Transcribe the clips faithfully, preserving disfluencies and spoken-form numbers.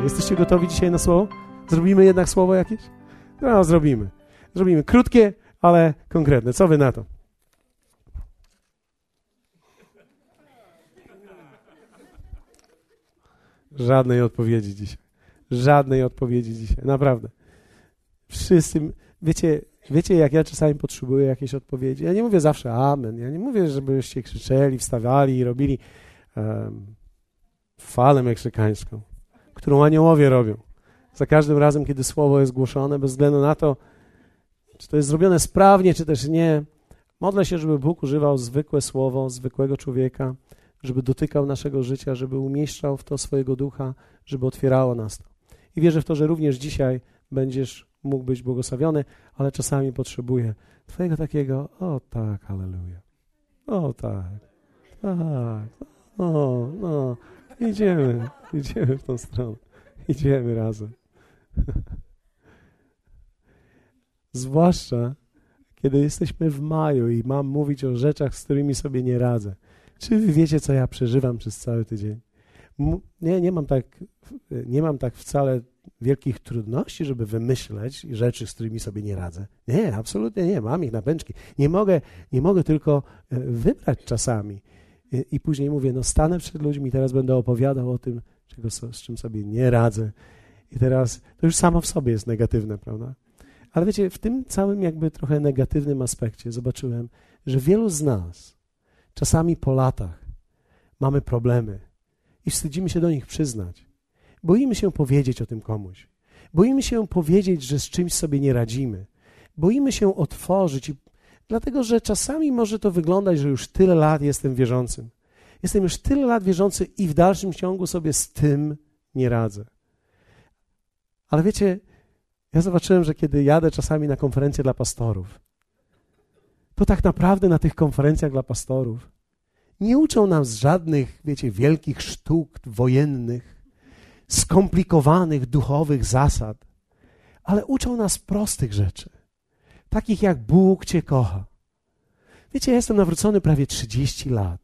Jesteście gotowi dzisiaj na słowo? Zrobimy jednak słowo jakieś? No, zrobimy. Zrobimy krótkie, ale konkretne. Co wy na to? Żadnej odpowiedzi dzisiaj. Żadnej odpowiedzi dzisiaj. Naprawdę. Wszyscy, wiecie, wiecie, jak ja czasami potrzebuję jakiejś odpowiedzi. Ja nie mówię zawsze amen. Ja nie mówię, żebyście krzyczeli, wstawali i robili um, falę meksykańską, którą aniołowie robią. Za każdym razem, kiedy słowo jest głoszone, bez względu na to, czy to jest zrobione sprawnie, czy też nie, modlę się, żeby Bóg używał zwykłe słowo, zwykłego człowieka, żeby dotykał naszego życia, żeby umieszczał w to swojego ducha, żeby otwierało nas to. I wierzę w to, że również dzisiaj będziesz mógł być błogosławiony, ale czasami potrzebuję twojego takiego, o tak, halleluja, o tak, tak, o, no, idziemy, idziemy w tą stronę, idziemy razem. Zwłaszcza, kiedy jesteśmy w maju i mam mówić o rzeczach, z którymi sobie nie radzę. Czy wy wiecie, co ja przeżywam przez cały tydzień? Nie, nie mam tak, nie mam tak wcale wielkich trudności, żeby wymyśleć rzeczy, z którymi sobie nie radzę. Nie, absolutnie nie, mam ich na pęczki. Nie mogę, nie mogę tylko wybrać czasami. I, i później mówię, no stanę przed ludźmi i teraz będę opowiadał o tym, czego, z czym sobie nie radzę. I teraz to już samo w sobie jest negatywne, prawda? Ale wiecie, w tym całym jakby trochę negatywnym aspekcie zobaczyłem, że wielu z nas czasami po latach mamy problemy i wstydzimy się do nich przyznać. Boimy się powiedzieć o tym komuś. Boimy się powiedzieć, że z czymś sobie nie radzimy. Boimy się otworzyć, i dlatego że czasami może to wyglądać, że już tyle lat jestem wierzącym. Jestem już tyle lat wierzący i w dalszym ciągu sobie z tym nie radzę. Ale wiecie, ja zobaczyłem, że kiedy jadę czasami na konferencje dla pastorów, to tak naprawdę na tych konferencjach dla pastorów nie uczą nas żadnych, wiecie, wielkich sztuk wojennych, skomplikowanych duchowych zasad, ale uczą nas prostych rzeczy, takich jak Bóg Cię kocha. Wiecie, ja jestem nawrócony prawie trzydzieści lat,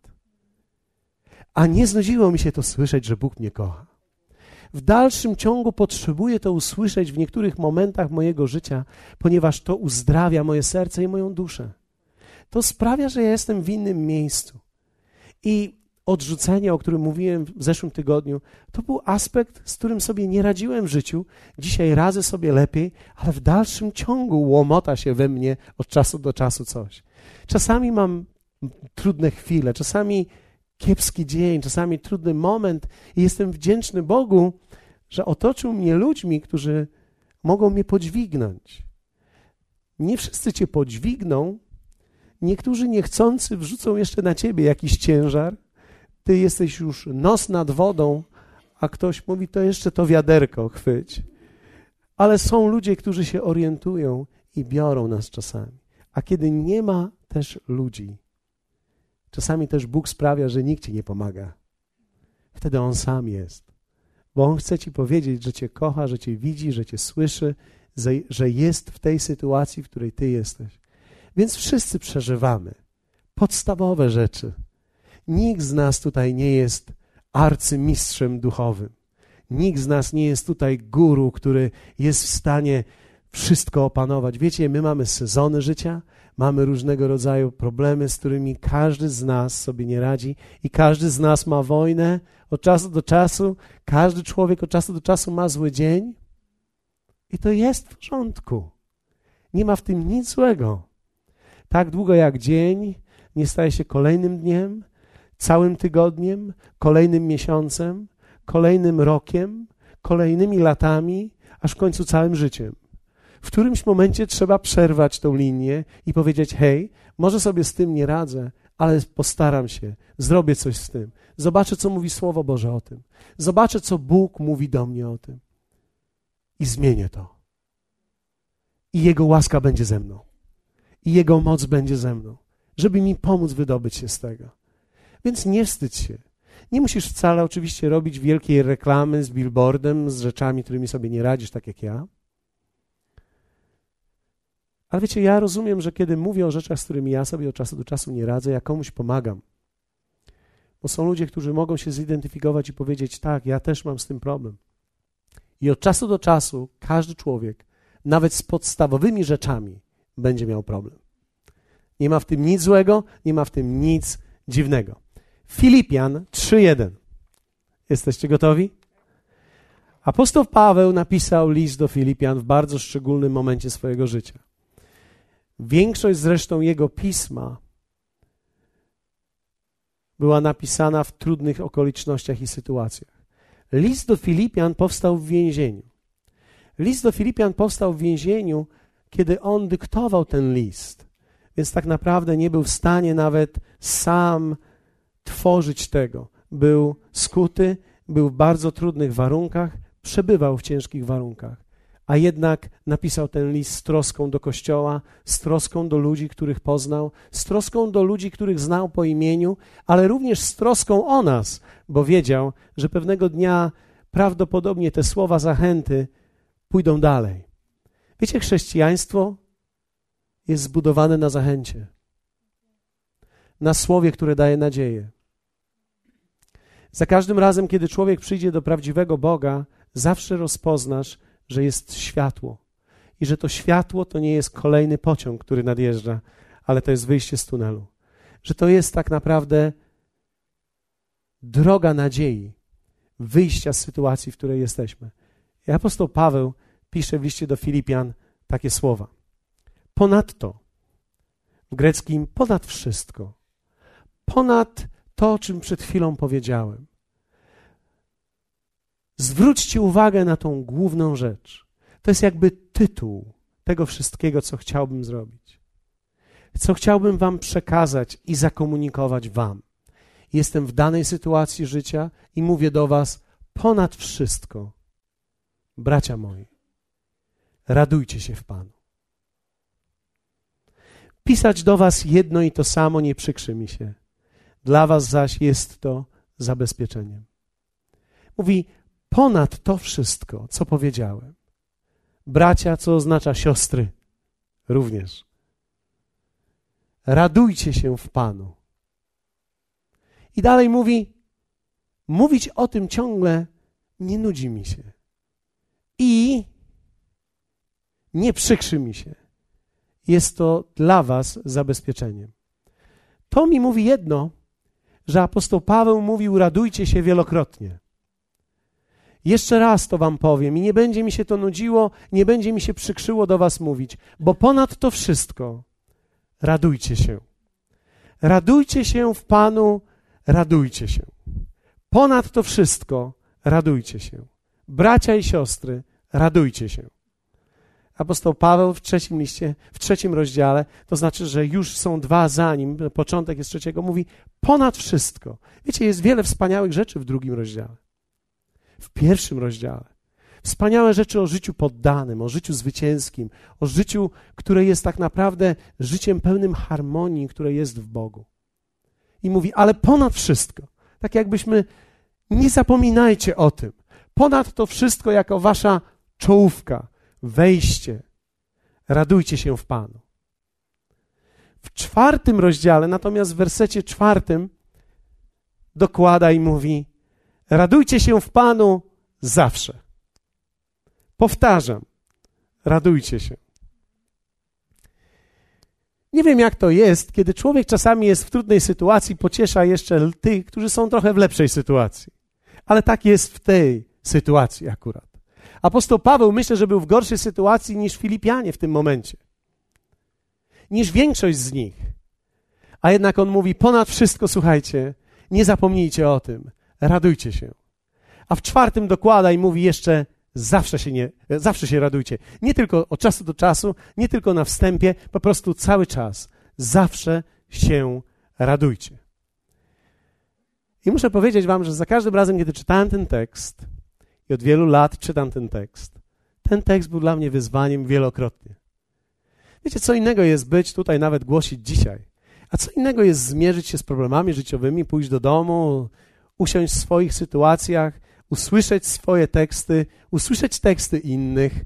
a nie znudziło mi się to słyszeć, że Bóg mnie kocha. W dalszym ciągu potrzebuję to usłyszeć w niektórych momentach mojego życia, ponieważ to uzdrawia moje serce i moją duszę. To sprawia, że ja jestem w innym miejscu. I odrzucenie, o którym mówiłem w zeszłym tygodniu, to był aspekt, z którym sobie nie radziłem w życiu. Dzisiaj radzę sobie lepiej, ale w dalszym ciągu łomota się we mnie od czasu do czasu coś. Czasami mam trudne chwile, czasami kiepski dzień, czasami trudny moment i jestem wdzięczny Bogu, że otoczył mnie ludźmi, którzy mogą mnie podźwignąć. Nie wszyscy cię podźwigną, niektórzy niechcący wrzucą jeszcze na ciebie jakiś ciężar, ty jesteś już nos nad wodą, a ktoś mówi, to jeszcze to wiaderko chwyć. Ale są ludzie, którzy się orientują i biorą nas czasami. A kiedy nie ma też ludzi, czasami też Bóg sprawia, że nikt ci nie pomaga. Wtedy On sam jest. Bo On chce ci powiedzieć, że cię kocha, że cię widzi, że cię słyszy, że jest w tej sytuacji, w której ty jesteś. Więc wszyscy przeżywamy podstawowe rzeczy. Nikt z nas tutaj nie jest arcymistrzem duchowym. Nikt z nas nie jest tutaj guru, który jest w stanie wszystko opanować. Wiecie, my mamy sezony życia, mamy różnego rodzaju problemy, z którymi każdy z nas sobie nie radzi i każdy z nas ma wojnę od czasu do czasu. Każdy człowiek od czasu do czasu ma zły dzień i to jest w porządku. Nie ma w tym nic złego. Tak długo jak dzień nie staje się kolejnym dniem, całym tygodniem, kolejnym miesiącem, kolejnym rokiem, kolejnymi latami, aż w końcu całym życiem. W którymś momencie trzeba przerwać tą linię i powiedzieć, hej, może sobie z tym nie radzę, ale postaram się, zrobię coś z tym. Zobaczę, co mówi Słowo Boże o tym. Zobaczę, co Bóg mówi do mnie o tym. I zmienię to. I Jego łaska będzie ze mną. I Jego moc będzie ze mną, żeby mi pomóc wydobyć się z tego. Więc nie wstydź się. Nie musisz wcale oczywiście robić wielkiej reklamy z billboardem, z rzeczami, którymi sobie nie radzisz, tak jak ja. Ale wiecie, ja rozumiem, że kiedy mówię o rzeczach, z którymi ja sobie od czasu do czasu nie radzę, ja komuś pomagam. Bo są ludzie, którzy mogą się zidentyfikować i powiedzieć, tak, ja też mam z tym problem. I od czasu do czasu każdy człowiek, nawet z podstawowymi rzeczami, będzie miał problem. Nie ma w tym nic złego, nie ma w tym nic dziwnego. Filipian trzy jeden. Jesteście gotowi? Apostoł Paweł napisał list do Filipian w bardzo szczególnym momencie swojego życia. Większość zresztą jego pisma była napisana w trudnych okolicznościach i sytuacjach. List do Filipian powstał w więzieniu. List do Filipian powstał w więzieniu, kiedy on dyktował ten list. Więc tak naprawdę nie był w stanie nawet sam tworzyć tego. Był skuty, był w bardzo trudnych warunkach, przebywał w ciężkich warunkach. A jednak napisał ten list z troską do Kościoła, z troską do ludzi, których poznał, z troską do ludzi, których znał po imieniu, ale również z troską o nas, bo wiedział, że pewnego dnia prawdopodobnie te słowa zachęty pójdą dalej. Wiecie, chrześcijaństwo jest zbudowane na zachęcie, na słowie, które daje nadzieję. Za każdym razem, kiedy człowiek przyjdzie do prawdziwego Boga, zawsze rozpoznasz, że jest światło i że to światło to nie jest kolejny pociąg, który nadjeżdża, ale to jest wyjście z tunelu. Że to jest tak naprawdę droga nadziei, wyjścia z sytuacji, w której jesteśmy. I apostoł Paweł pisze w liście do Filipian takie słowa. Ponadto, w greckim ponad wszystko, ponad to, o czym przed chwilą powiedziałem. Zwróćcie uwagę na tą główną rzecz. To jest jakby tytuł tego wszystkiego, co chciałbym zrobić. Co chciałbym wam przekazać i zakomunikować wam. Jestem w danej sytuacji życia i mówię do was ponad wszystko. Bracia moi, radujcie się w Panu. Pisać do was jedno i to samo nie przykrzy mi się. Dla was zaś jest to zabezpieczeniem. Mówi, ponad to wszystko, co powiedziałem. Bracia, co oznacza siostry, również. Radujcie się w Panu. I dalej mówi, mówić o tym ciągle nie nudzi mi się. I nie przykrzy mi się. Jest to dla was zabezpieczeniem. To mi mówi jedno, że apostoł Paweł mówił, radujcie się wielokrotnie. Jeszcze raz to wam powiem i nie będzie mi się to nudziło, nie będzie mi się przykrzyło do was mówić, bo ponad to wszystko radujcie się. Radujcie się w Panu, radujcie się. Ponad to wszystko radujcie się. Bracia i siostry, radujcie się. Apostoł Paweł w trzecim liście, w trzecim rozdziale, to znaczy, że już są dwa za nim, początek jest trzeciego, mówi ponad wszystko. Wiecie, jest wiele wspaniałych rzeczy w drugim rozdziale. W pierwszym rozdziale. Wspaniałe rzeczy o życiu poddanym, o życiu zwycięskim, o życiu, które jest tak naprawdę życiem pełnym harmonii, które jest w Bogu. I mówi, ale ponad wszystko, tak jakbyśmy, nie zapominajcie o tym, ponad to wszystko jako wasza czołówka, wejście, radujcie się w Panu. W czwartym rozdziale, natomiast w wersecie czwartym dokłada i mówi, radujcie się w Panu zawsze. Powtarzam, radujcie się. Nie wiem, jak to jest, kiedy człowiek czasami jest w trudnej sytuacji, pociesza jeszcze tych, którzy są trochę w lepszej sytuacji. Ale tak jest w tej sytuacji akurat. Apostoł Paweł, myślę, że był w gorszej sytuacji niż Filipianie w tym momencie. Niż większość z nich. A jednak on mówi, ponad wszystko, słuchajcie, nie zapomnijcie o tym, radujcie się. A w czwartym dokłada i mówi jeszcze, zawsze się, nie, zawsze się radujcie. Nie tylko od czasu do czasu, nie tylko na wstępie, po prostu cały czas. Zawsze się radujcie. I muszę powiedzieć wam, że za każdym razem, kiedy czytałem ten tekst, i od wielu lat czytam ten tekst, ten tekst był dla mnie wyzwaniem wielokrotnie. Wiecie, co innego jest być tutaj, nawet głosić dzisiaj, a co innego jest zmierzyć się z problemami życiowymi, pójść do domu, usiąść w swoich sytuacjach, usłyszeć swoje teksty, usłyszeć teksty innych,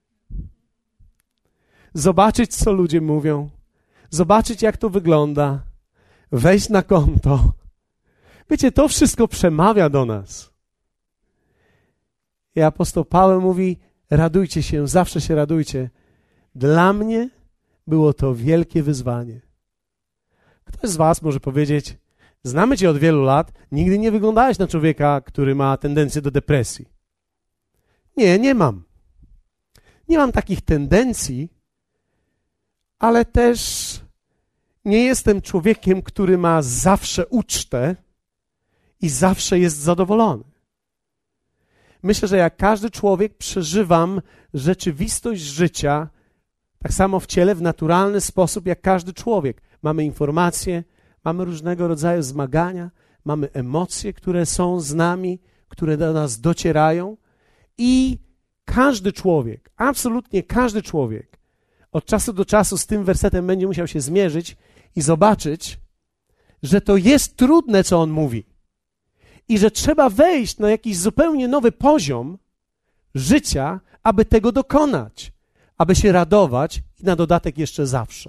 zobaczyć, co ludzie mówią, zobaczyć, jak to wygląda, wejść na konto. Wiecie, to wszystko przemawia do nas. I apostoł Paweł mówi, radujcie się, zawsze się radujcie. Dla mnie było to wielkie wyzwanie. Ktoś z was może powiedzieć, znamy cię od wielu lat, nigdy nie wyglądałeś na człowieka, który ma tendencję do depresji. Nie, nie mam. Nie mam takich tendencji, ale też nie jestem człowiekiem, który ma zawsze ucztę i zawsze jest zadowolony. Myślę, że jak każdy człowiek przeżywam rzeczywistość życia tak samo w ciele, w naturalny sposób jak każdy człowiek. Mamy informacje, mamy różnego rodzaju zmagania, mamy emocje, które są z nami, które do nas docierają i każdy człowiek, absolutnie każdy człowiek od czasu do czasu z tym wersetem będzie musiał się zmierzyć i zobaczyć, że to jest trudne, co on mówi i że trzeba wejść na jakiś zupełnie nowy poziom życia, aby tego dokonać, aby się radować i na dodatek jeszcze zawsze.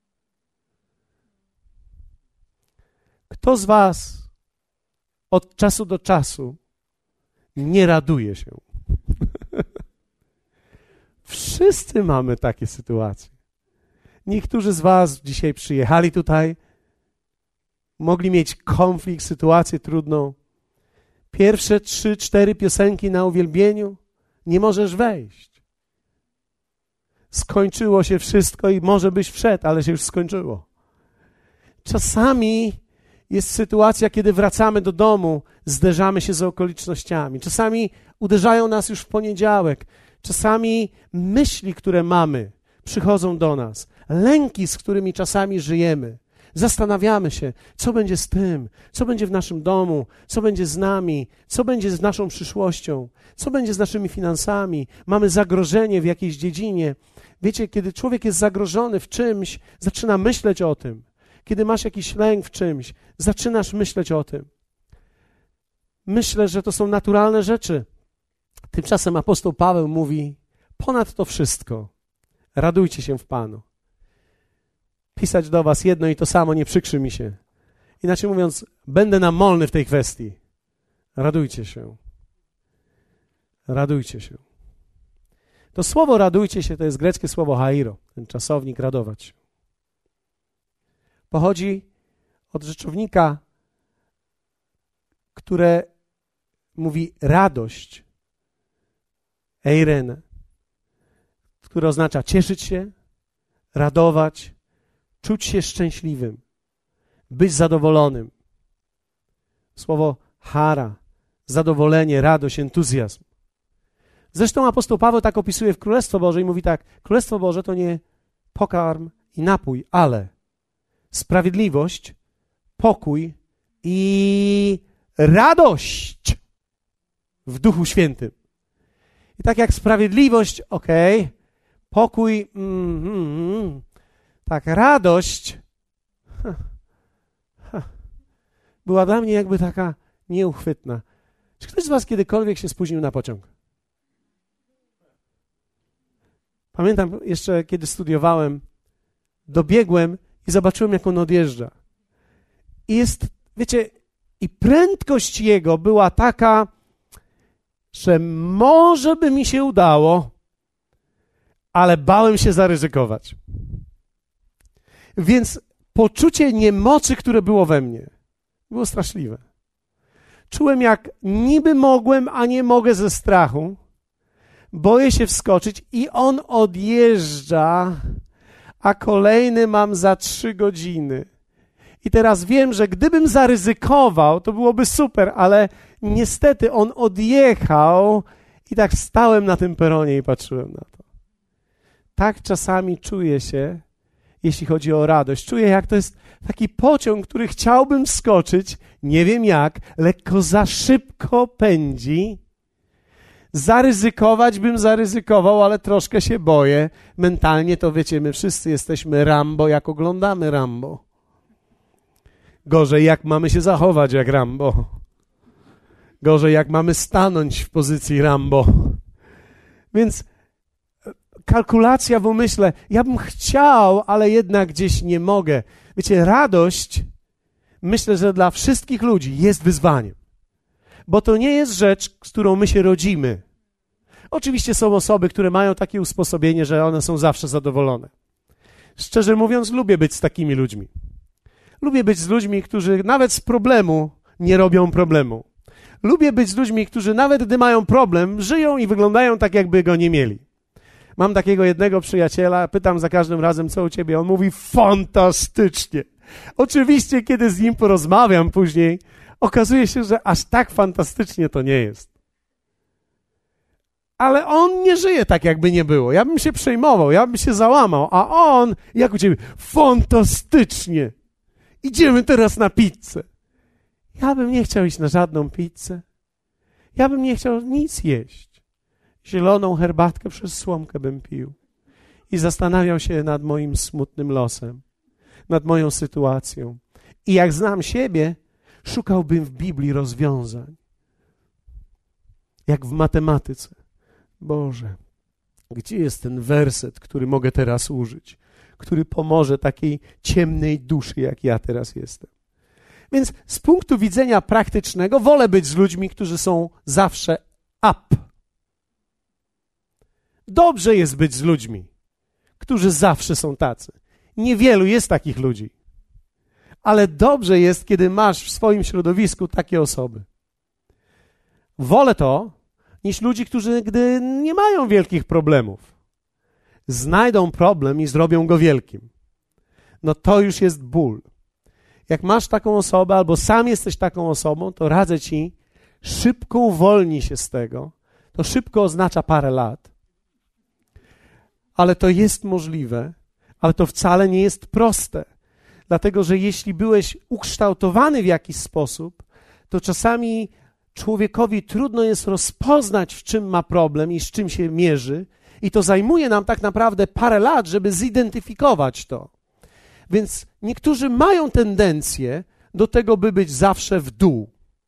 Kto z was od czasu do czasu nie raduje się? Wszyscy mamy takie sytuacje. Niektórzy z was dzisiaj przyjechali tutaj, mogli mieć konflikt, sytuację trudną. Pierwsze trzy, cztery piosenki na uwielbieniu, nie możesz wejść. Skończyło się wszystko i może byś wszedł, ale się już skończyło. Czasami jest sytuacja, kiedy wracamy do domu, zderzamy się z okolicznościami. Czasami uderzają nas już w poniedziałek. Czasami myśli, które mamy, przychodzą do nas. Lęki, z którymi czasami żyjemy. Zastanawiamy się, co będzie z tym, co będzie w naszym domu, co będzie z nami, co będzie z naszą przyszłością, co będzie z naszymi finansami. Mamy zagrożenie w jakiejś dziedzinie. Wiecie, kiedy człowiek jest zagrożony w czymś, zaczyna myśleć o tym. Kiedy masz jakiś lęk w czymś, zaczynasz myśleć o tym. Myślę, że to są naturalne rzeczy. Tymczasem apostoł Paweł mówi, ponad to wszystko radujcie się w Panu. Pisać do was jedno i to samo nie przykrzy mi się. Inaczej mówiąc, będę namolny w tej kwestii. Radujcie się. Radujcie się. To słowo radujcie się to jest greckie słowo hairo, ten czasownik radować się. Pochodzi od rzeczownika, które mówi radość, eiren, które oznacza cieszyć się, radować, czuć się szczęśliwym, być zadowolonym. Słowo hara, zadowolenie, radość, entuzjazm. Zresztą apostoł Paweł tak opisuje w Królestwo Boże i mówi tak, Królestwo Boże to nie pokarm i napój, ale sprawiedliwość, pokój i radość w Duchu Świętym. I tak jak sprawiedliwość, okej, okay, pokój, mm, mm, mm, tak, radość ha, ha, była dla mnie jakby taka nieuchwytna. Czy ktoś z was kiedykolwiek się spóźnił na pociąg? Pamiętam jeszcze, kiedy studiowałem, dobiegłem i zobaczyłem, jak on odjeżdża. I jest, wiecie, i prędkość jego była taka, że może by mi się udało, ale bałem się zaryzykować. Więc poczucie niemocy, które było we mnie, było straszliwe. Czułem, jak niby mogłem, a nie mogę ze strachu. Boję się wskoczyć i on odjeżdża, a kolejny mam za trzy godziny. I teraz wiem, że gdybym zaryzykował, to byłoby super, ale niestety on odjechał i tak stałem na tym peronie i patrzyłem na to. Tak czasami czuję się, jeśli chodzi o radość. Czuję, jak to jest taki pociąg, który chciałbym skoczyć, nie wiem jak, lekko za szybko pędzi. Zaryzykować bym zaryzykował, ale troszkę się boję. Mentalnie to wiecie, my wszyscy jesteśmy Rambo, jak oglądamy Rambo. Gorzej, jak mamy się zachować jak Rambo. Gorzej, jak mamy stanąć w pozycji Rambo. Więc kalkulacja w umyśle, ja bym chciał, ale jednak gdzieś nie mogę. Wiecie, radość, myślę, że dla wszystkich ludzi jest wyzwaniem. Bo to nie jest rzecz, z którą my się rodzimy. Oczywiście są osoby, które mają takie usposobienie, że one są zawsze zadowolone. Szczerze mówiąc, lubię być z takimi ludźmi. Lubię być z ludźmi, którzy nawet z problemu nie robią problemu. Lubię być z ludźmi, którzy nawet gdy mają problem, żyją i wyglądają tak, jakby go nie mieli. Mam takiego jednego przyjaciela, pytam za każdym razem, co u ciebie? On mówi, fantastycznie. Oczywiście, kiedy z nim porozmawiam później, okazuje się, że aż tak fantastycznie to nie jest. Ale on nie żyje tak, jakby nie było. Ja bym się przejmował, ja bym się załamał, a on, jak u ciebie, fantastycznie. Idziemy teraz na pizzę. Ja bym nie chciał iść na żadną pizzę. Ja bym nie chciał nic jeść. Zieloną herbatkę przez słomkę bym pił. I zastanawiał się nad moim smutnym losem, nad moją sytuacją. I jak znam siebie, szukałbym w Biblii rozwiązań. Jak w matematyce. Boże, gdzie jest ten werset, który mogę teraz użyć, który pomoże takiej ciemnej duszy, jak ja teraz jestem? Więc z punktu widzenia praktycznego wolę być z ludźmi, którzy są zawsze up. Dobrze jest być z ludźmi, którzy zawsze są tacy. Niewielu jest takich ludzi. Ale dobrze jest, kiedy masz w swoim środowisku takie osoby. Wolę to, niż ludzi, którzy gdy nie mają wielkich problemów, znajdą problem i zrobią go wielkim. No to już jest ból. Jak masz taką osobę, albo sam jesteś taką osobą, to radzę ci, szybko uwolnij się z tego. To szybko oznacza parę lat. Ale to jest możliwe, ale to wcale nie jest proste. Dlatego, że jeśli byłeś ukształtowany w jakiś sposób, to czasami człowiekowi trudno jest rozpoznać, w czym ma problem i z czym się mierzy. I to zajmuje nam tak naprawdę parę lat, żeby zidentyfikować to. Więc niektórzy mają tendencję do tego, by być zawsze w dół.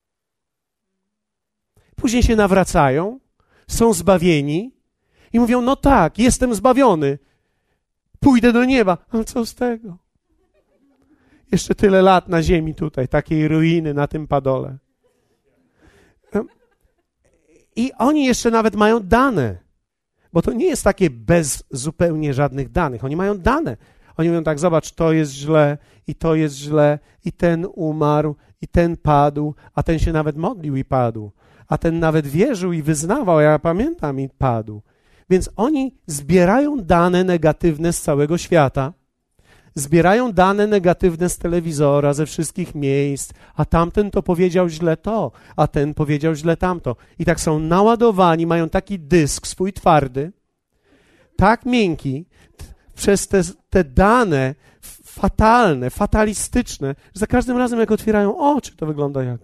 Później się nawracają, są zbawieni i mówią, no tak, jestem zbawiony, pójdę do nieba. A co z tego? Jeszcze tyle lat na ziemi tutaj, takiej ruiny na tym padole. I oni jeszcze nawet mają dane, bo to nie jest takie bez zupełnie żadnych danych. Oni mają dane. Oni mówią tak, zobacz, to jest źle i to jest źle i ten umarł i ten padł, a ten się nawet modlił i padł, a ten nawet wierzył i wyznawał, ja pamiętam, i padł. Więc oni zbierają dane negatywne z całego świata, zbierają dane negatywne z telewizora, ze wszystkich miejsc, a tamten to powiedział źle to, a ten powiedział źle tamto. I tak są naładowani, mają taki dysk swój twardy, tak miękki, przez te, te dane fatalne, fatalistyczne, że za każdym razem, jak otwierają oczy, to wygląda jak...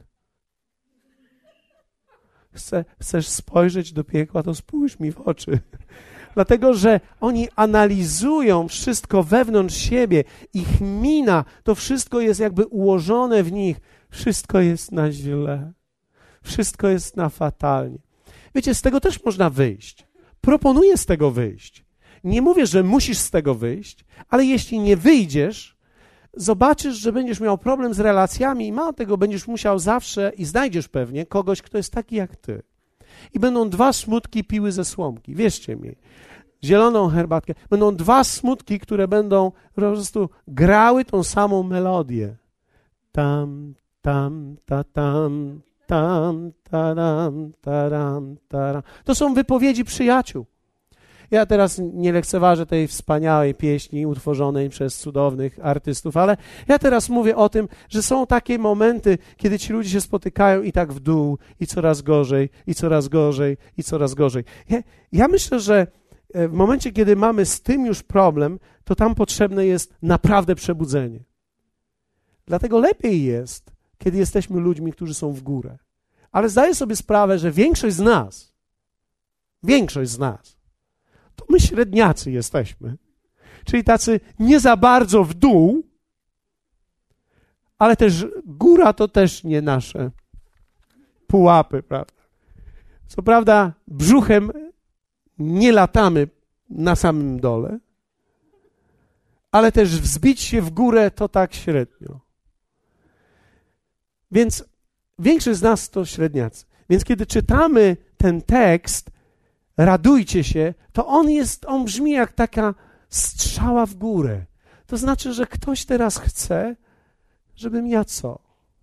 Chce, chcesz spojrzeć do piekła, to spójrz mi w oczy. Dlatego, że oni analizują wszystko wewnątrz siebie, ich mina, to wszystko jest jakby ułożone w nich. Wszystko jest na źle. Wszystko jest na fatalnie. Wiecie, z tego też można wyjść. Proponuję z tego wyjść. Nie mówię, że musisz z tego wyjść, ale jeśli nie wyjdziesz, zobaczysz, że będziesz miał problem z relacjami i mało tego, będziesz musiał zawsze i znajdziesz pewnie kogoś, kto jest taki jak ty. I będą dwa smutki piły ze słomki. Wierzcie mi, zieloną herbatkę. Będą dwa smutki, które będą po prostu grały tą samą melodię. Tam, tam, ta, tam, tam, taram, taram, taram. To są wypowiedzi przyjaciół. Ja teraz nie lekceważę tej wspaniałej pieśni utworzonej przez cudownych artystów, ale ja teraz mówię o tym, że są takie momenty, kiedy ci ludzie się spotykają i tak w dół, i coraz gorzej, i coraz gorzej, i coraz gorzej. Ja, ja myślę, że w momencie, kiedy mamy z tym już problem, to tam potrzebne jest naprawdę przebudzenie. Dlatego lepiej jest, kiedy jesteśmy ludźmi, którzy są w górę. Ale zdaję sobie sprawę, że większość z nas, większość z nas, to my średniacy jesteśmy. Czyli tacy nie za bardzo w dół, ale też góra to też nie nasze pułapy, prawda? Co prawda brzuchem nie latamy na samym dole, ale też wzbić się w górę to tak średnio. Więc większość z nas to średniacy. Więc kiedy czytamy ten tekst, radujcie się, to on jest, on brzmi jak taka strzała w górę. To znaczy, że ktoś teraz chce, żebym ja co?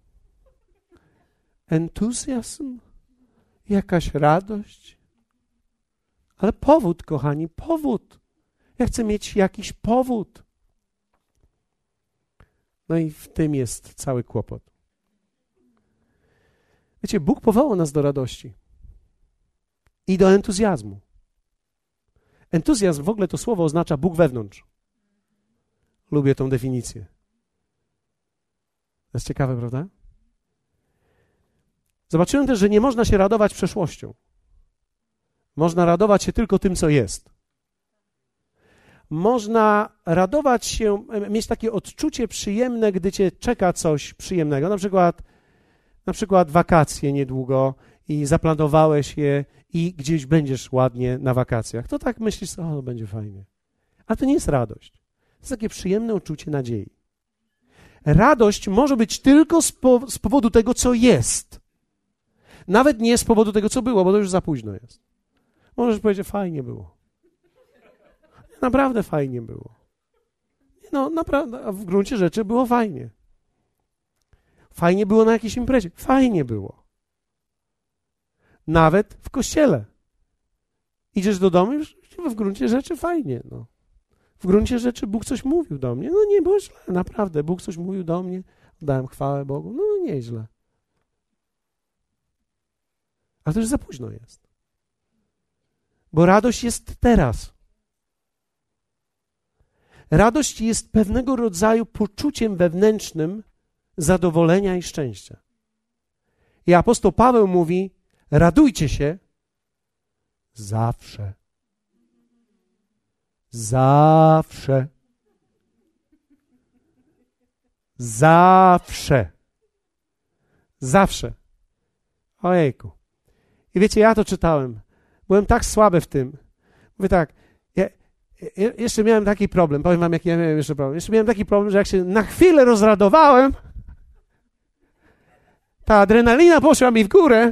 Entuzjazm? Jakaś radość? Ale powód, kochani, powód. Ja chcę mieć jakiś powód. No i w tym jest cały kłopot. Wiecie, Bóg powołał nas do radości i do entuzjazmu. Entuzjazm, w ogóle to słowo oznacza Bóg wewnątrz. Lubię tą definicję. To jest ciekawe, prawda? Zobaczyłem też, że nie można się radować przeszłością. Można radować się tylko tym, co jest. Można radować się, mieć takie odczucie przyjemne, gdy cię czeka coś przyjemnego. Na przykład, na przykład wakacje niedługo i zaplanowałeś je i gdzieś będziesz ładnie na wakacjach. To tak myślisz, o, będzie fajnie. A to nie jest radość. To jest takie przyjemne uczucie nadziei. Radość może być tylko z, po, z powodu tego, co jest. Nawet nie z powodu tego, co było, bo to już za późno jest. Możesz powiedzieć, fajnie było. Naprawdę fajnie było. No, naprawdę, a w gruncie rzeczy było fajnie. Fajnie było na jakiejś imprezie. Fajnie było. Nawet w kościele. Idziesz do domu, już w gruncie rzeczy fajnie, no. W gruncie rzeczy Bóg coś mówił do mnie. No nie było źle, naprawdę. Bóg coś mówił do mnie, dałem chwałę Bogu. No nieźle. Ale to już za późno jest. Bo radość jest teraz. Radość jest pewnego rodzaju poczuciem wewnętrznym zadowolenia i szczęścia. I apostoł Paweł mówi, radujcie się zawsze. Zawsze. Zawsze. Zawsze. Ojejku. I wiecie, ja to czytałem. Byłem tak słaby w tym. Mówię tak, ja, ja jeszcze miałem taki problem, powiem wam, jaki ja miałem jeszcze problem. Jeszcze miałem taki problem, że jak się na chwilę rozradowałem, ta adrenalina poszła mi w górę,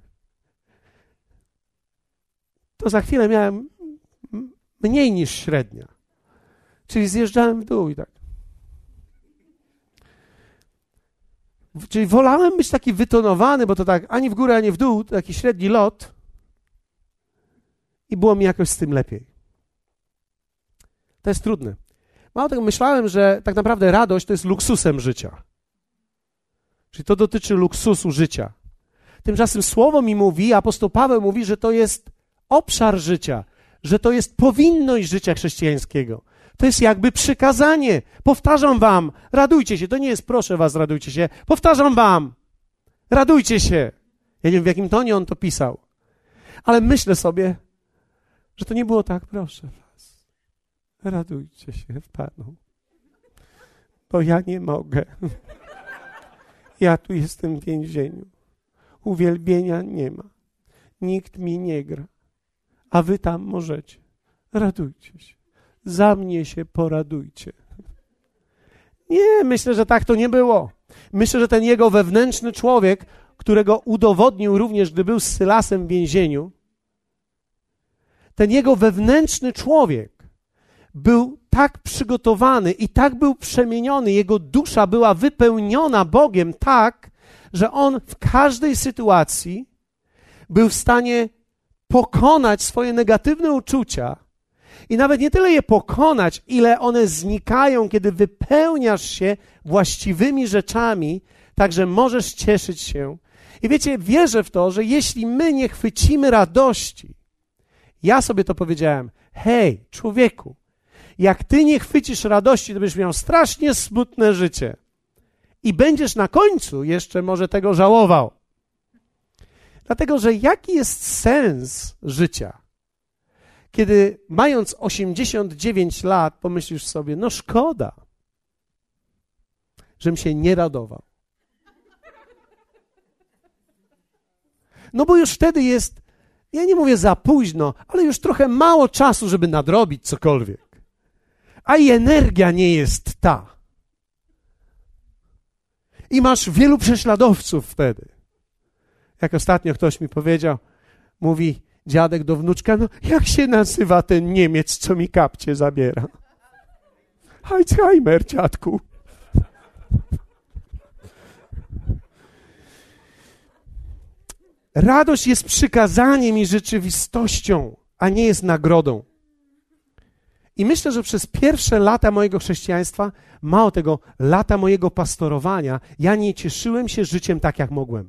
to za chwilę miałem mniej niż średnia. Czyli zjeżdżałem w dół i tak. Czyli wolałem być taki wytonowany, bo to tak ani w górę, ani w dół, taki średni lot i było mi jakoś z tym lepiej. To jest trudne. Mało tego, myślałem, że tak naprawdę radość to jest luksusem życia. Czyli to dotyczy luksusu życia. Tymczasem słowo mi mówi, apostoł Paweł mówi, że to jest obszar życia, że to jest powinność życia chrześcijańskiego. To jest jakby przykazanie. Powtarzam wam, radujcie się. To nie jest proszę was, radujcie się. Powtarzam wam, radujcie się. Ja nie wiem, w jakim tonie on to pisał. Ale myślę sobie, że to nie było tak, proszę was, radujcie się w Panu. Bo ja nie mogę. Ja tu jestem w więzieniu. Uwielbienia nie ma. Nikt mi nie gra. A wy tam możecie. Radujcie się. Za mnie się poradujcie. Nie, myślę, że tak to nie było. Myślę, że ten jego wewnętrzny człowiek, którego udowodnił również, gdy był z Sylasem w więzieniu, ten jego wewnętrzny człowiek był tak przygotowany i tak był przemieniony, jego dusza była wypełniona Bogiem tak, że on w każdej sytuacji był w stanie pokonać swoje negatywne uczucia i nawet nie tyle je pokonać, ile one znikają, kiedy wypełniasz się właściwymi rzeczami, tak że możesz cieszyć się. I wiecie, wierzę w to, że jeśli my nie chwycimy radości, ja sobie to powiedziałem, hej, człowieku, jak ty nie chwycisz radości, to będziesz miał strasznie smutne życie i będziesz na końcu jeszcze może tego żałował. Dlatego, że jaki jest sens życia? Kiedy mając osiemdziesiąt dziewięć lat pomyślisz sobie, no szkoda, żebym się nie radował. No bo już wtedy jest, ja nie mówię za późno, ale już trochę mało czasu, żeby nadrobić cokolwiek. A i energia nie jest ta. I masz wielu prześladowców wtedy. Jak ostatnio ktoś mi powiedział, mówi, dziadek do wnuczka, no jak się nazywa ten Niemiec, co mi kapcie zabiera? Alzheimer, dziadku. Radość jest przykazaniem i rzeczywistością, a nie jest nagrodą. I myślę, że przez pierwsze lata mojego chrześcijaństwa, mało tego, lata mojego pastorowania, ja nie cieszyłem się życiem tak, jak mogłem.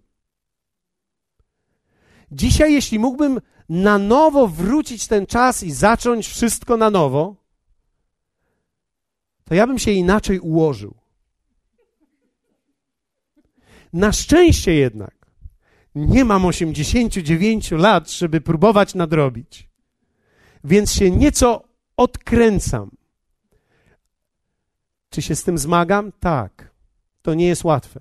Dzisiaj, jeśli mógłbym na nowo wrócić ten czas i zacząć wszystko na nowo, to ja bym się inaczej ułożył. Na szczęście jednak nie mam osiemdziesięciu dziewięciu lat, żeby próbować nadrobić. Więc się nieco odkręcam. Czy się z tym zmagam? Tak. To nie jest łatwe.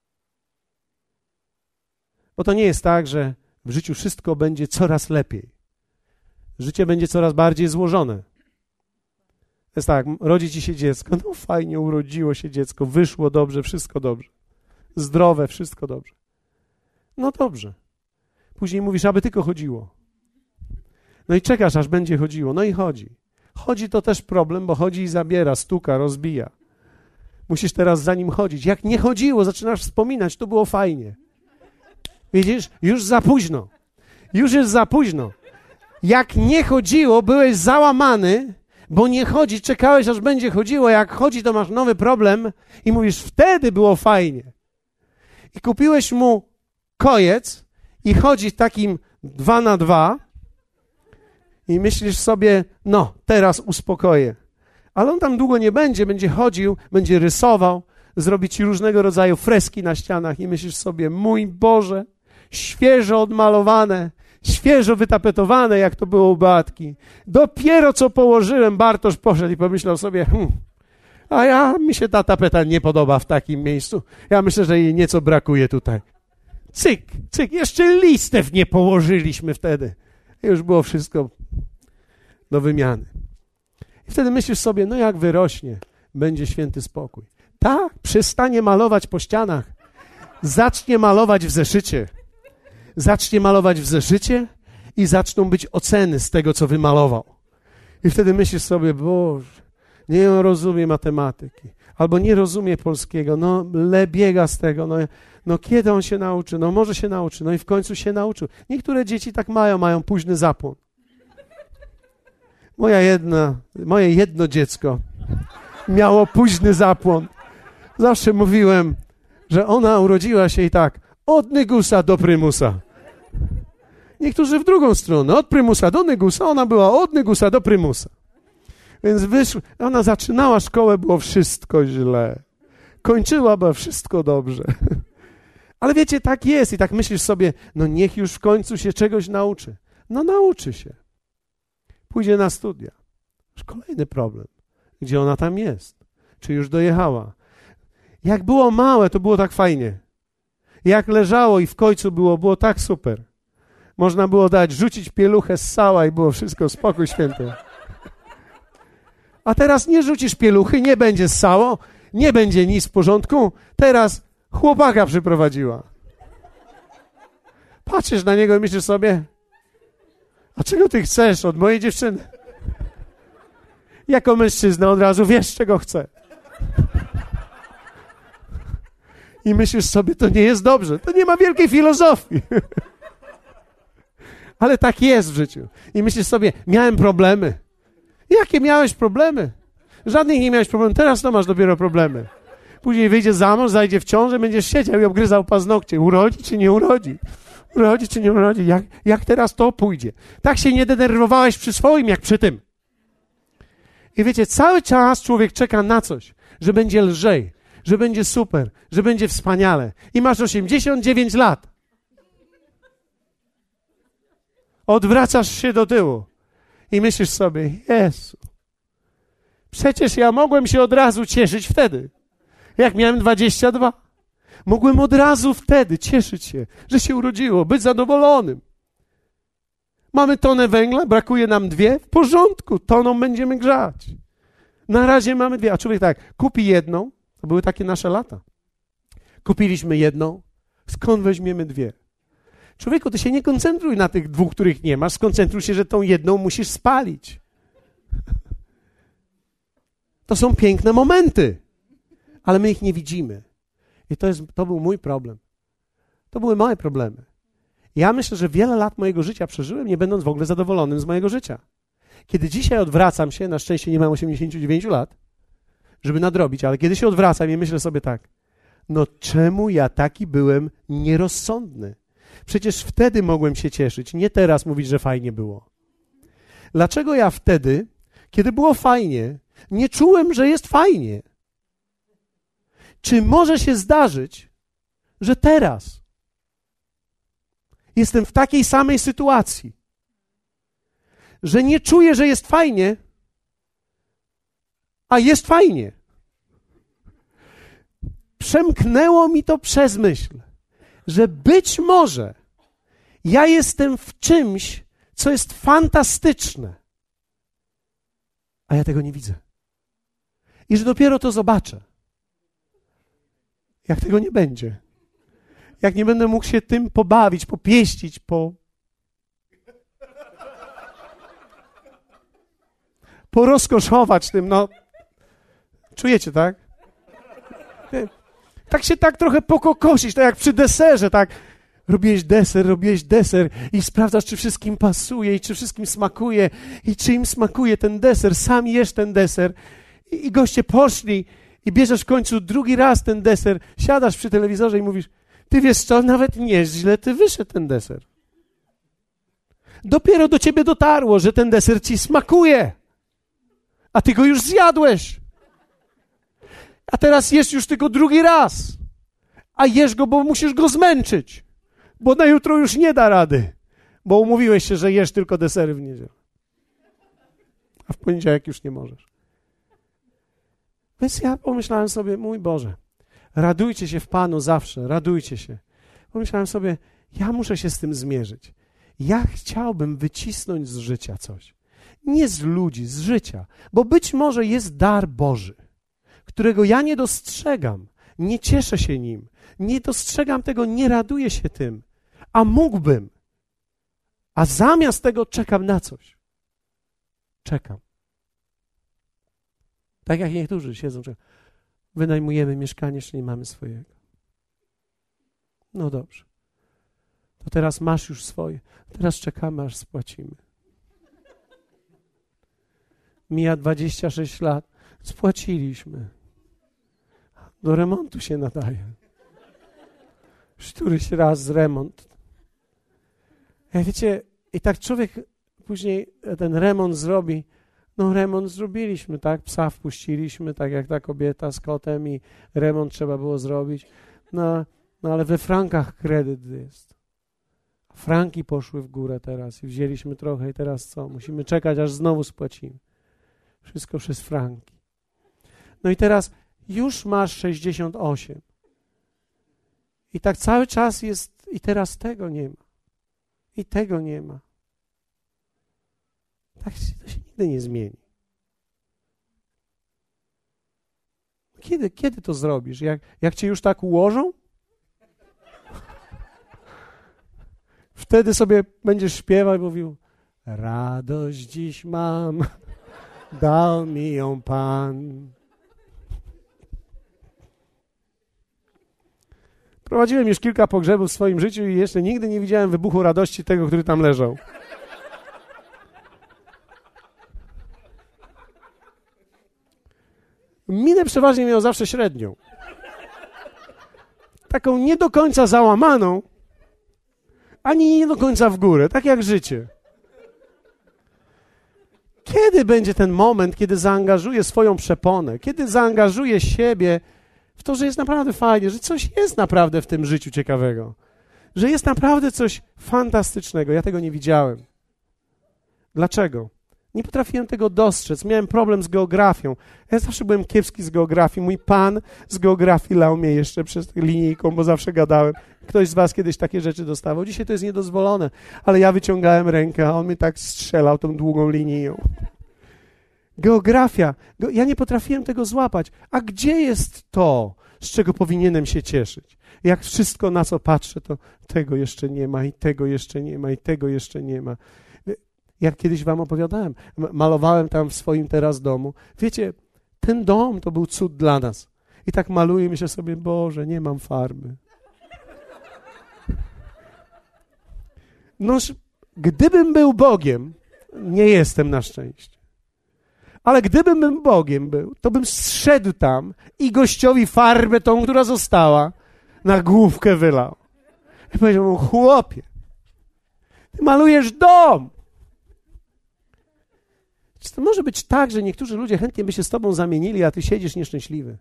Bo to nie jest tak, że w życiu wszystko będzie coraz lepiej. Życie będzie coraz bardziej złożone. To jest tak, rodzi ci się dziecko, no fajnie, urodziło się dziecko, wyszło dobrze, wszystko dobrze. Zdrowe, wszystko dobrze. No dobrze. Później mówisz, aby tylko chodziło. No i czekasz, aż będzie chodziło. No i chodzi. Chodzi to też problem, bo chodzi i zabiera, stuka, rozbija. Musisz teraz za nim chodzić. Jak nie chodziło, zaczynasz wspominać, to było fajnie. Widzisz? Już za późno. Już jest za późno. Jak nie chodziło, byłeś załamany, bo nie chodzi, czekałeś, aż będzie chodziło. Jak chodzi, to masz nowy problem i mówisz, wtedy było fajnie. I kupiłeś mu kojec i chodzi w takim dwa na dwa i myślisz sobie, no, teraz uspokoję. Ale on tam długo nie będzie, będzie chodził, będzie rysował, zrobi ci różnego rodzaju freski na ścianach i myślisz sobie, mój Boże, świeżo odmalowane, świeżo wytapetowane, jak to było u Beatki. Dopiero co położyłem, Bartosz poszedł i pomyślał sobie, hmm, a ja, mi się ta tapeta nie podoba w takim miejscu. Ja myślę, że jej nieco brakuje tutaj. Cyk, cyk, jeszcze listew nie położyliśmy wtedy. I już było wszystko do wymiany. I wtedy myślisz sobie, no jak wyrośnie, będzie święty spokój. Tak, przestanie malować po ścianach. Zacznie malować w zeszycie. Zacznie malować w zeszycie i zaczną być oceny z tego, co wymalował. I wtedy myślisz sobie, Boże, nie rozumie matematyki, albo nie rozumie polskiego, no le biega z tego, no, no kiedy on się nauczy, no może się nauczy, no i w końcu się nauczył. Niektóre dzieci tak mają, mają późny zapłon. Moja jedna, moje jedno dziecko miało późny zapłon. Zawsze mówiłem, że ona urodziła się i tak, od nygusa do prymusa. Niektórzy w drugą stronę, od prymusa do nygusa, ona była od nygusa do prymusa. Więc wyszła, ona zaczynała szkołę, było wszystko źle. Kończyła, było wszystko dobrze. Ale wiecie, tak jest i tak myślisz sobie, no niech już w końcu się czegoś nauczy. No nauczy się. Pójdzie na studia. Już kolejny problem. Gdzie ona tam jest? Czy już dojechała? Jak było małe, to było tak fajnie. Jak leżało i w końcu było, było tak super. Można było dać, rzucić pieluchę z sała i było wszystko, spokój święty. A teraz nie rzucisz pieluchy, nie będzie ssało, nie będzie nic w porządku. Teraz chłopaka przyprowadziła. Patrzysz na niego i myślisz sobie, a czego ty chcesz od mojej dziewczyny? Jako mężczyzna od razu wiesz, czego chce. I myślisz sobie, to nie jest dobrze. To nie ma wielkiej filozofii. Ale tak jest w życiu. I myślisz sobie, miałem problemy. Jakie miałeś problemy? Żadnych nie miałeś problemów. Teraz to masz dopiero problemy. Później wyjdzie za mąż, zajdzie w ciążę, będziesz siedział i obgryzał paznokcie. Urodzi czy nie urodzi? Urodzi czy nie urodzi? Jak, jak teraz to pójdzie? Tak się nie denerwowałeś przy swoim, jak przy tym. I wiecie, cały czas człowiek czeka na coś, że będzie lżej, że będzie super, że będzie wspaniale. I masz osiemdziesiąt dziewięć lat. Odwracasz się do tyłu i myślisz sobie, Jezu, przecież ja mogłem się od razu cieszyć wtedy, jak miałem dwadzieścia dwa. Mogłem od razu wtedy cieszyć się, że się urodziło, być zadowolonym. Mamy tonę węgla, brakuje nam dwie, w porządku, toną będziemy grzać. Na razie mamy dwie, a człowiek tak, kupi jedną, to były takie nasze lata. Kupiliśmy jedną, skąd weźmiemy dwie? Człowieku, ty się nie koncentruj na tych dwóch, których nie masz, skoncentruj się, że tą jedną musisz spalić. To są piękne momenty, ale my ich nie widzimy. I to, jest, to był mój problem. To były moje problemy. Ja myślę, że wiele lat mojego życia przeżyłem, nie będąc w ogóle zadowolonym z mojego życia. Kiedy dzisiaj odwracam się, na szczęście nie mam osiemdziesięciu dziewięciu lat, żeby nadrobić, ale kiedy się odwracam i myślę sobie tak, no czemu ja taki byłem nierozsądny? Przecież wtedy mogłem się cieszyć, nie teraz mówić, że fajnie było. Dlaczego ja wtedy, kiedy było fajnie, nie czułem, że jest fajnie? Czy może się zdarzyć, że teraz jestem w takiej samej sytuacji, że nie czuję, że jest fajnie, a jest fajnie? Przemknęło mi to przez myśl, że być może ja jestem w czymś, co jest fantastyczne, a ja tego nie widzę. I że dopiero to zobaczę, jak tego nie będzie. Jak nie będę mógł się tym pobawić, popieścić, po... porozkoszować tym, no. Czujecie, tak? Tak się tak trochę pokokosić, tak jak przy deserze, tak. Robiłeś deser, robiłeś deser i sprawdzasz, czy wszystkim pasuje i czy wszystkim smakuje i czy im smakuje ten deser. Sam jesz ten deser i, i goście poszli i bierzesz w końcu drugi raz ten deser, siadasz przy telewizorze i mówisz, ty wiesz co, nawet nieźle ty wyszedł ten deser. Dopiero do ciebie dotarło, że ten deser ci smakuje, a ty go już zjadłeś. A teraz jesz już tylko drugi raz, a jesz go, bo musisz go zmęczyć, bo na jutro już nie da rady, bo umówiłeś się, że jesz tylko desery w niedzielę, a w poniedziałek już nie możesz. Więc ja pomyślałem sobie, mój Boże, radujcie się w Panu zawsze, radujcie się. Pomyślałem sobie, ja muszę się z tym zmierzyć. Ja chciałbym wycisnąć z życia coś. Nie z ludzi, z życia, bo być może jest dar Boży, którego ja nie dostrzegam, nie cieszę się nim, nie dostrzegam tego, nie raduję się tym, a mógłbym, a zamiast tego czekam na coś. Czekam. Tak jak niektórzy siedzą, czekają. Wynajmujemy mieszkanie, jeszcze nie mamy swojego. No dobrze. To teraz masz już swoje. Teraz czekamy, aż spłacimy. Mija dwadzieścia sześć lat. Spłaciliśmy. Do remontu się nadaje. Już któryś raz remont. Ja wiecie, i tak człowiek później ten remont zrobi. No remont zrobiliśmy, tak? Psa wpuściliśmy, tak jak ta kobieta z kotem i remont trzeba było zrobić. No, no ale we frankach kredyt jest. Franki poszły w górę teraz i wzięliśmy trochę i teraz co? Musimy czekać, aż znowu spłacimy. Wszystko przez franki. No i teraz już masz sześćdziesiąt osiem. I tak cały czas jest, i teraz tego nie ma. I tego nie ma. Tak się, to się nigdy nie zmieni. Kiedy, kiedy to zrobisz? Jak, jak cię już tak ułożą? Wtedy sobie będziesz śpiewał i mówił, radość dziś mam, dał mi ją Pan. Prowadziłem już kilka pogrzebów w swoim życiu i jeszcze nigdy nie widziałem wybuchu radości tego, który tam leżał. Minę przeważnie miał zawsze średnią. Taką nie do końca załamaną, ani nie do końca w górę, tak jak życie. Kiedy będzie ten moment, kiedy zaangażuję swoją przeponę, kiedy zaangażuję siebie w to, że jest naprawdę fajnie, że coś jest naprawdę w tym życiu ciekawego, że jest naprawdę coś fantastycznego. Ja tego nie widziałem. Dlaczego? Nie potrafiłem tego dostrzec. Miałem problem z geografią. Ja zawsze byłem kiepski z geografii. Mój pan z geografii lał mnie jeszcze przez linijką, bo zawsze gadałem. Ktoś z was kiedyś takie rzeczy dostawał. Dzisiaj to jest niedozwolone, ale ja wyciągałem rękę, a on mi tak strzelał tą długą liniją. Geografia. Ja nie potrafiłem tego złapać. A gdzie jest to? z czego powinienem się cieszyć. Jak wszystko, na co patrzę, to tego jeszcze nie ma i tego jeszcze nie ma i tego jeszcze nie ma. Jak kiedyś wam opowiadałem, malowałem tam w swoim teraz domu. Wiecie, ten dom to był cud dla nas. I tak maluję, myślę sobie, Boże, nie mam farby. Noż, gdybym był Bogiem, nie jestem na szczęście. Ale gdybym Bogiem był, to bym zszedł tam i gościowi farbę tą, która została, na główkę wylał. I powiedział mu, chłopie, ty malujesz dom. Czy to może być tak, że niektórzy ludzie chętnie by się z tobą zamienili, a ty siedzisz nieszczęśliwy?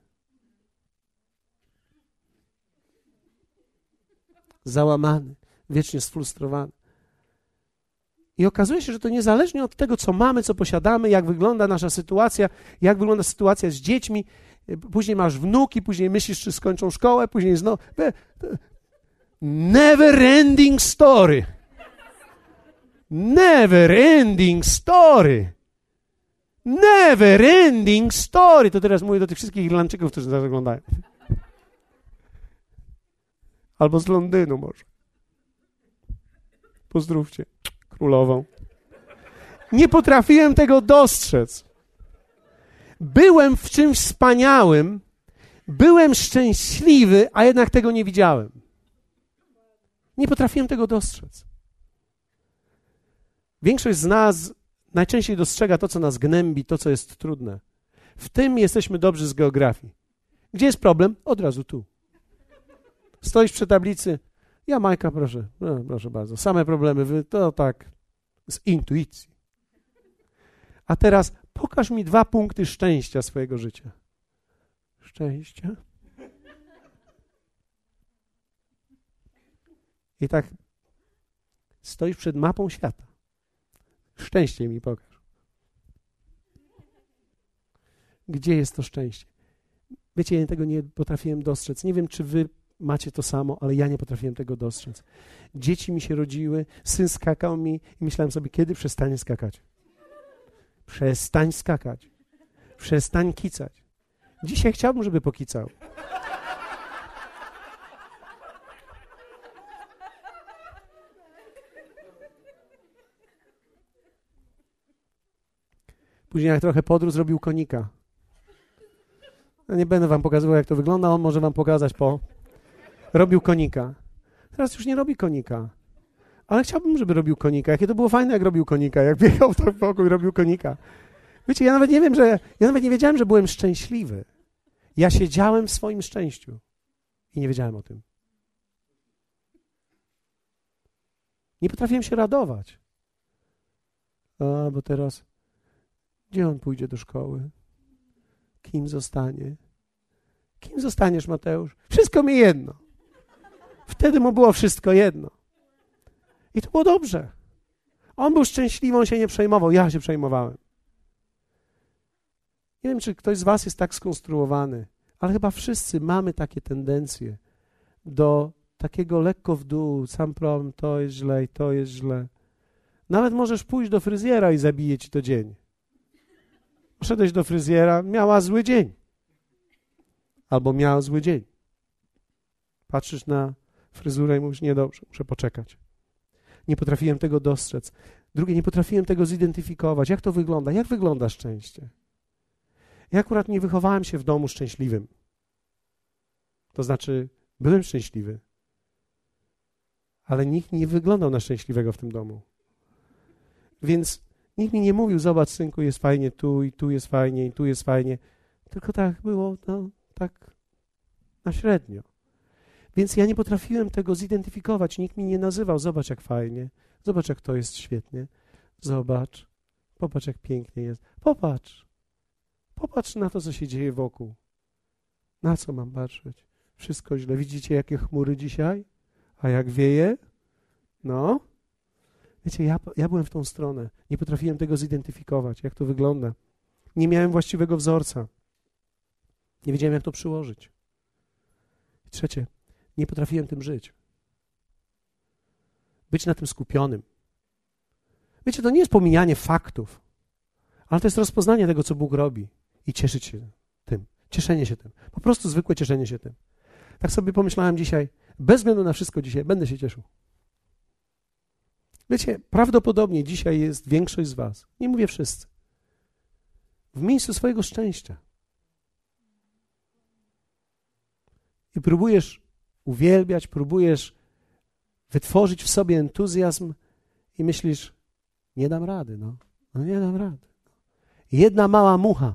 Załamany, wiecznie sfrustrowany. I okazuje się, że to niezależnie od tego, co mamy, co posiadamy, jak wygląda nasza sytuacja, jak wygląda sytuacja z dziećmi, później masz wnuki, później myślisz, czy skończą szkołę, później znowu... Never ending story. Never ending story. Never ending story. To teraz mówię do tych wszystkich Irlandczyków, którzy nas oglądają. Albo z Londynu może. Pozdrówcie królową. Nie potrafiłem tego dostrzec. Byłem w czymś wspaniałym, byłem szczęśliwy, a jednak tego nie widziałem. Nie potrafiłem tego dostrzec. Większość z nas najczęściej dostrzega to, co nas gnębi, to, co jest trudne. W tym jesteśmy dobrzy z geografii. Gdzie jest problem? Od razu tu. Stoisz przy tablicy. Jamajka, proszę. No, proszę bardzo. Same problemy. Wy, to tak z intuicji. A teraz pokaż mi dwa punkty szczęścia swojego życia. Szczęścia? I tak stoisz przed mapą świata. Szczęście mi pokaż. Gdzie jest to szczęście? Wiecie, ja tego nie potrafiłem dostrzec. Nie wiem, czy wy macie to samo, ale ja nie potrafiłem tego dostrzec. Dzieci mi się rodziły, syn skakał mi i myślałem sobie, kiedy przestanie skakać? Przestań skakać. Przestań kicać. Dzisiaj chciałbym, żeby pokicał. Później jak trochę podróż zrobił konika. Ja nie będę wam pokazywał, jak to wygląda, on może wam pokazać po... Robił konika. Teraz już nie robi konika. Ale chciałbym, żeby robił konika. Jakie to było fajne, jak robił konika. Jak biegał tak wokół i robił konika. Wiecie, ja nawet nie wiem, że... Ja nawet nie wiedziałem, że byłem szczęśliwy. Ja siedziałem w swoim szczęściu. I nie wiedziałem o tym. Nie potrafiłem się radować. A, bo teraz... Gdzie on pójdzie do szkoły? Kim zostanie? Kim zostaniesz, Mateusz? Wszystko mi jedno. Wtedy mu było wszystko jedno. I to było dobrze. On był szczęśliwy, on się nie przejmował. Ja się przejmowałem. Nie wiem, czy ktoś z was jest tak skonstruowany, ale chyba wszyscy mamy takie tendencje do takiego lekko w dół. Sam problem, to jest źle i to jest źle. Nawet możesz pójść do fryzjera i zabije ci to dzień. Poszedłeś do fryzjera, miała zły dzień. Albo miała zły dzień. Patrzysz na fryzurę i mówisz, niedobrze, muszę poczekać. Nie potrafiłem tego dostrzec. Drugie, nie potrafiłem tego zidentyfikować. Jak to wygląda? Jak wygląda szczęście? Ja akurat nie wychowałem się w domu szczęśliwym. To znaczy, byłem szczęśliwy. Ale nikt nie wyglądał na szczęśliwego w tym domu. Więc nikt mi nie mówił, zobacz, synku, jest fajnie tu i tu jest fajnie i tu jest fajnie. Tylko tak było, no, tak na średnio. Więc ja nie potrafiłem tego zidentyfikować. Nikt mi nie nazywał, zobacz, jak fajnie, zobacz, jak to jest świetnie, zobacz, popatrz, jak pięknie jest. Popatrz, popatrz na to, co się dzieje wokół. Na co mam patrzeć? Wszystko źle. Widzicie, jakie chmury dzisiaj? A jak wieje? No. Wiecie, ja, ja byłem w tą stronę. Nie potrafiłem tego zidentyfikować, jak to wygląda. Nie miałem właściwego wzorca. Nie wiedziałem, jak to przyłożyć. I trzecie, nie potrafiłem tym żyć. Być na tym skupionym. Wiecie, to nie jest pomijanie faktów, ale to jest rozpoznanie tego, co Bóg robi i cieszyć się tym. Cieszenie się tym. Po prostu zwykłe cieszenie się tym. Tak sobie pomyślałem dzisiaj, bez względu na wszystko dzisiaj, będę się cieszył. Wiecie, prawdopodobnie dzisiaj jest większość z was, nie mówię wszyscy, w miejscu swojego szczęścia. I próbujesz uwielbiać, próbujesz wytworzyć w sobie entuzjazm i myślisz, nie dam rady, no. No nie dam rady. Jedna mała mucha.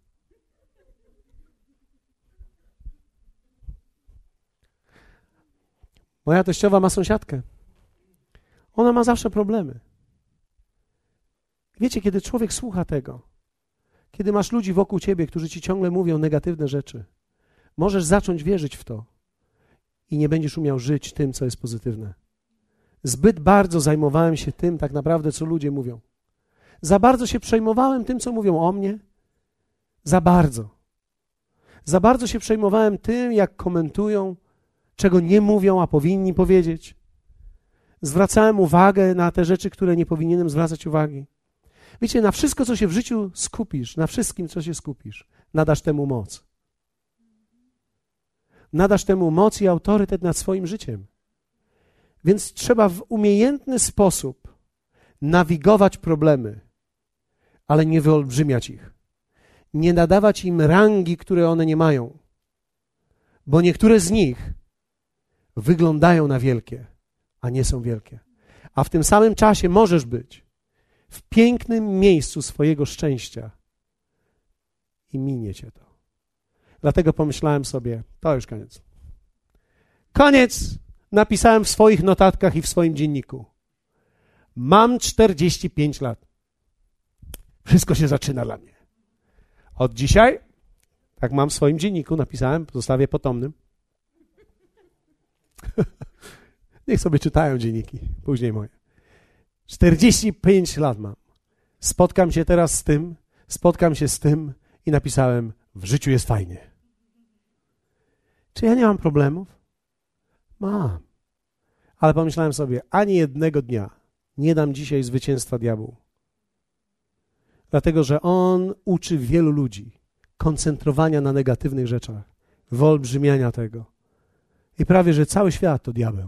Moja teściowa ma sąsiadkę. Ona ma zawsze problemy. Wiecie, kiedy człowiek słucha tego, kiedy masz ludzi wokół ciebie, którzy ci ciągle mówią negatywne rzeczy, możesz zacząć wierzyć w to i nie będziesz umiał żyć tym, co jest pozytywne. Zbyt bardzo zajmowałem się tym tak naprawdę, co ludzie mówią. Za bardzo się przejmowałem tym, co mówią o mnie. Za bardzo. Za bardzo się przejmowałem tym, jak komentują, czego nie mówią, a powinni powiedzieć. Zwracałem uwagę na te rzeczy, które nie powinienem zwracać uwagi. Wiecie, na wszystko, co się w życiu skupisz, na wszystkim, co się skupisz, nadasz temu moc. Nadasz temu moc i autorytet nad swoim życiem. Więc trzeba w umiejętny sposób nawigować problemy, ale nie wyolbrzymiać ich. Nie nadawać im rangi, które one nie mają. Bo niektóre z nich wyglądają na wielkie, a nie są wielkie. A w tym samym czasie możesz być w pięknym miejscu swojego szczęścia i minie cię to. Dlatego pomyślałem sobie, to już koniec. Koniec! Napisałem w swoich notatkach i w swoim dzienniku. Mam czterdzieści pięć lat. Wszystko się zaczyna dla mnie. Od dzisiaj, tak mam w swoim dzienniku, napisałem, zostawię potomnym. Niech sobie czytają dzienniki, później moje. czterdzieści pięć lat mam. Spotkam się teraz z tym, spotkam się z tym i napisałem, w życiu jest fajnie. Czy ja nie mam problemów? Mam. Ale pomyślałem sobie, ani jednego dnia nie dam dzisiaj zwycięstwa diabłu. Dlatego, że on uczy wielu ludzi koncentrowania na negatywnych rzeczach, wyolbrzymiania tego. I prawie, że cały świat to diabeł.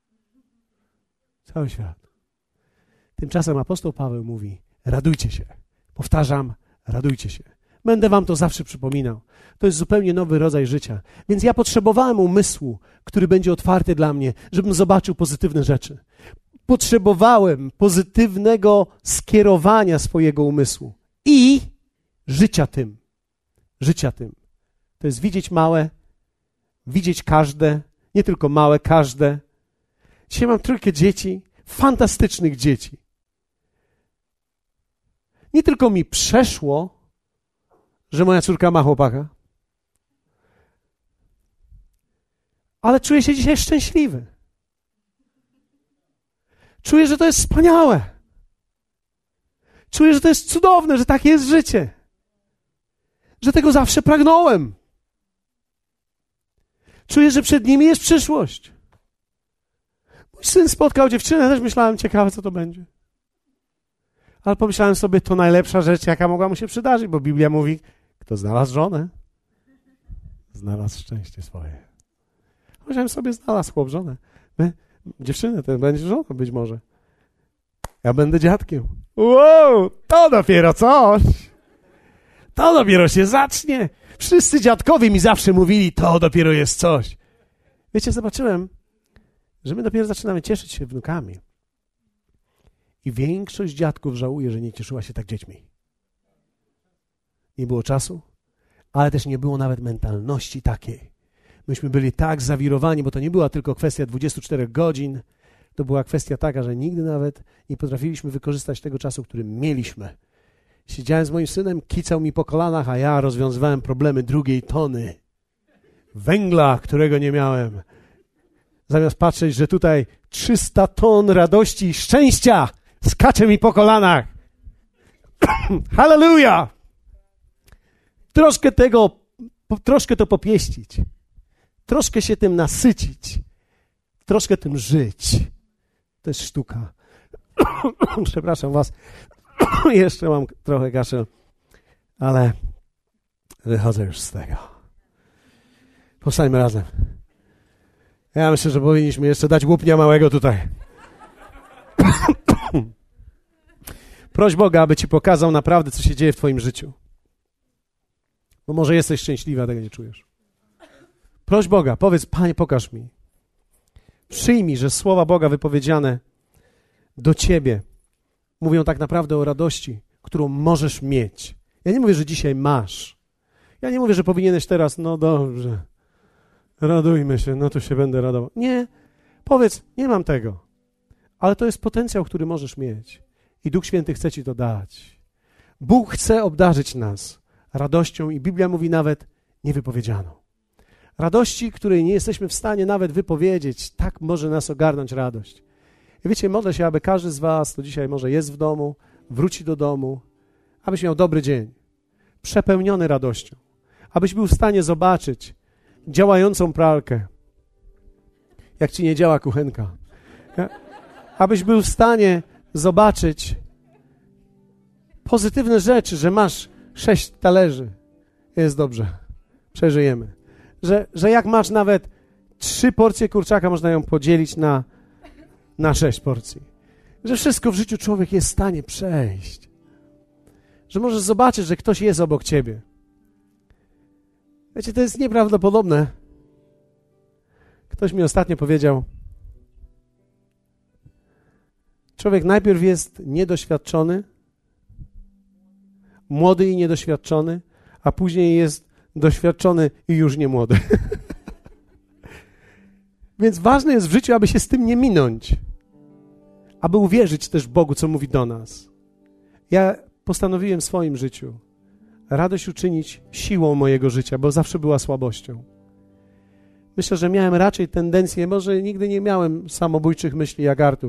Cały świat. Tymczasem apostoł Paweł mówi, radujcie się. Powtarzam, radujcie się. Będę wam to zawsze przypominał. To jest zupełnie nowy rodzaj życia. Więc ja potrzebowałem umysłu, który będzie otwarty dla mnie, żebym zobaczył pozytywne rzeczy. Potrzebowałem pozytywnego skierowania swojego umysłu i życia tym. Życia tym. To jest widzieć małe, widzieć każde, nie tylko małe, każde. Dzisiaj mam trójkę dzieci, fantastycznych dzieci. Nie tylko mi przeszło, że moja córka ma chłopaka, ale czuję się dzisiaj szczęśliwy. Czuję, że to jest wspaniałe. Czuję, że to jest cudowne, że takie jest życie. Że tego zawsze pragnąłem. Czuję, że przed nimi jest przyszłość. Mój syn spotkał dziewczynę, też myślałem, ciekawe, co to będzie. Ale pomyślałem sobie, to najlepsza rzecz, jaka mogła mu się przydarzyć, bo Biblia mówi, kto znalazł żonę, znalazł szczęście swoje. Pomyślałem sobie, znalazł chłop żonę. My, dziewczynę, to będzie żoną być może. Ja będę dziadkiem. Wow, to dopiero coś. To dopiero się zacznie. Wszyscy dziadkowie mi zawsze mówili, to dopiero jest coś. Wiecie, zobaczyłem, że my dopiero zaczynamy cieszyć się wnukami. I większość dziadków żałuje, że nie cieszyła się tak dziećmi. Nie było czasu, ale też nie było nawet mentalności takiej. Myśmy byli tak zawirowani, bo to nie była tylko kwestia dwudziestu czterech godzin, to była kwestia taka, że nigdy nawet nie potrafiliśmy wykorzystać tego czasu, który mieliśmy. Siedziałem z moim synem, kicał mi po kolanach, a ja rozwiązywałem problemy drugiej tony węgla, którego nie miałem. Zamiast patrzeć, że tutaj trzysta ton radości i szczęścia skacze mi po kolanach. Halleluja! Troszkę tego, troszkę to popieścić. Troszkę się tym nasycić. Troszkę tym żyć. To jest sztuka. Przepraszam was. Jeszcze mam trochę kaszel, ale wychodzę już z tego. Powstańmy razem. Ja myślę, że powinniśmy jeszcze dać łupnia małego tutaj. Proś Boga, aby Ci pokazał naprawdę, co się dzieje w Twoim życiu. Bo może jesteś szczęśliwy, a tego nie czujesz. Proś Boga, powiedz, Panie, pokaż mi. Przyjmij, że słowa Boga wypowiedziane do Ciebie mówią tak naprawdę o radości, którą możesz mieć. Ja nie mówię, że dzisiaj masz. Ja nie mówię, że powinieneś teraz, no dobrze, radujmy się, no to się będę radował. Nie, powiedz, nie mam tego. Ale to jest potencjał, który możesz mieć. I Duch Święty chce Ci to dać. Bóg chce obdarzyć nas radością i Biblia mówi nawet niewypowiedzianą. Radości, której nie jesteśmy w stanie nawet wypowiedzieć. Tak może nas ogarnąć radość. I wiecie, modlę się, aby każdy z was, kto dzisiaj może jest w domu, wróci do domu, abyś miał dobry dzień, przepełniony radością. Abyś był w stanie zobaczyć działającą pralkę, jak ci nie działa kuchenka. Abyś był w stanie zobaczyć pozytywne rzeczy, że masz sześć talerzy. Jest dobrze. Przeżyjemy. Że, że jak masz nawet trzy porcje kurczaka, można ją podzielić na, na sześć porcji. Że wszystko w życiu człowiek jest w stanie przejść. Że możesz zobaczyć, że ktoś jest obok ciebie. Wiecie, to jest nieprawdopodobne. Ktoś mi ostatnio powiedział, człowiek najpierw jest niedoświadczony, młody i niedoświadczony, a później jest doświadczony i już nie młody. Więc ważne jest w życiu, aby się z tym nie minąć. Aby uwierzyć też Bogu, co mówi do nas. Ja postanowiłem w swoim życiu radość uczynić siłą mojego życia, bo zawsze była słabością. Myślę, że miałem raczej tendencję, może nigdy nie miałem samobójczych myśli jak Artur.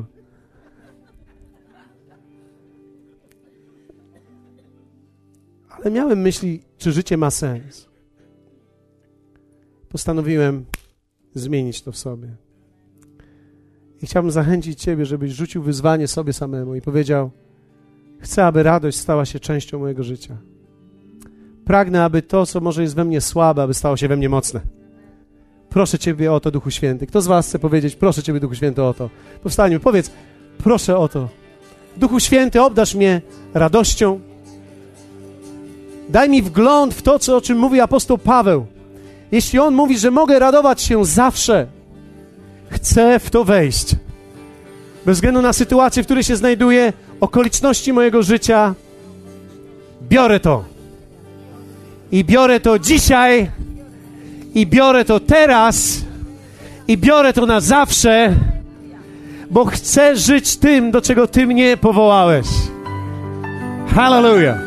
Ale miałem myśli, czy życie ma sens. Postanowiłem zmienić to w sobie. I chciałbym zachęcić Ciebie, żebyś rzucił wyzwanie sobie samemu i powiedział, chcę, aby radość stała się częścią mojego życia. Pragnę, aby to, co może jest we mnie słabe, aby stało się we mnie mocne. Proszę Ciebie o to, Duchu Święty. Kto z was chce powiedzieć, proszę Ciebie, Duchu Święty, o to? Powstańmy, powiedz, proszę o to. Duchu Święty, obdarz mnie radością. Daj mi wgląd w to, co, o czym mówi apostoł Paweł. Jeśli on mówi, że mogę radować się zawsze, chcę w to wejść. Bez względu na sytuację, w której się znajduję, okoliczności mojego życia, biorę to. I biorę to dzisiaj, i biorę to teraz, i biorę to na zawsze, bo chcę żyć tym, do czego Ty mnie powołałeś. Hallelujah.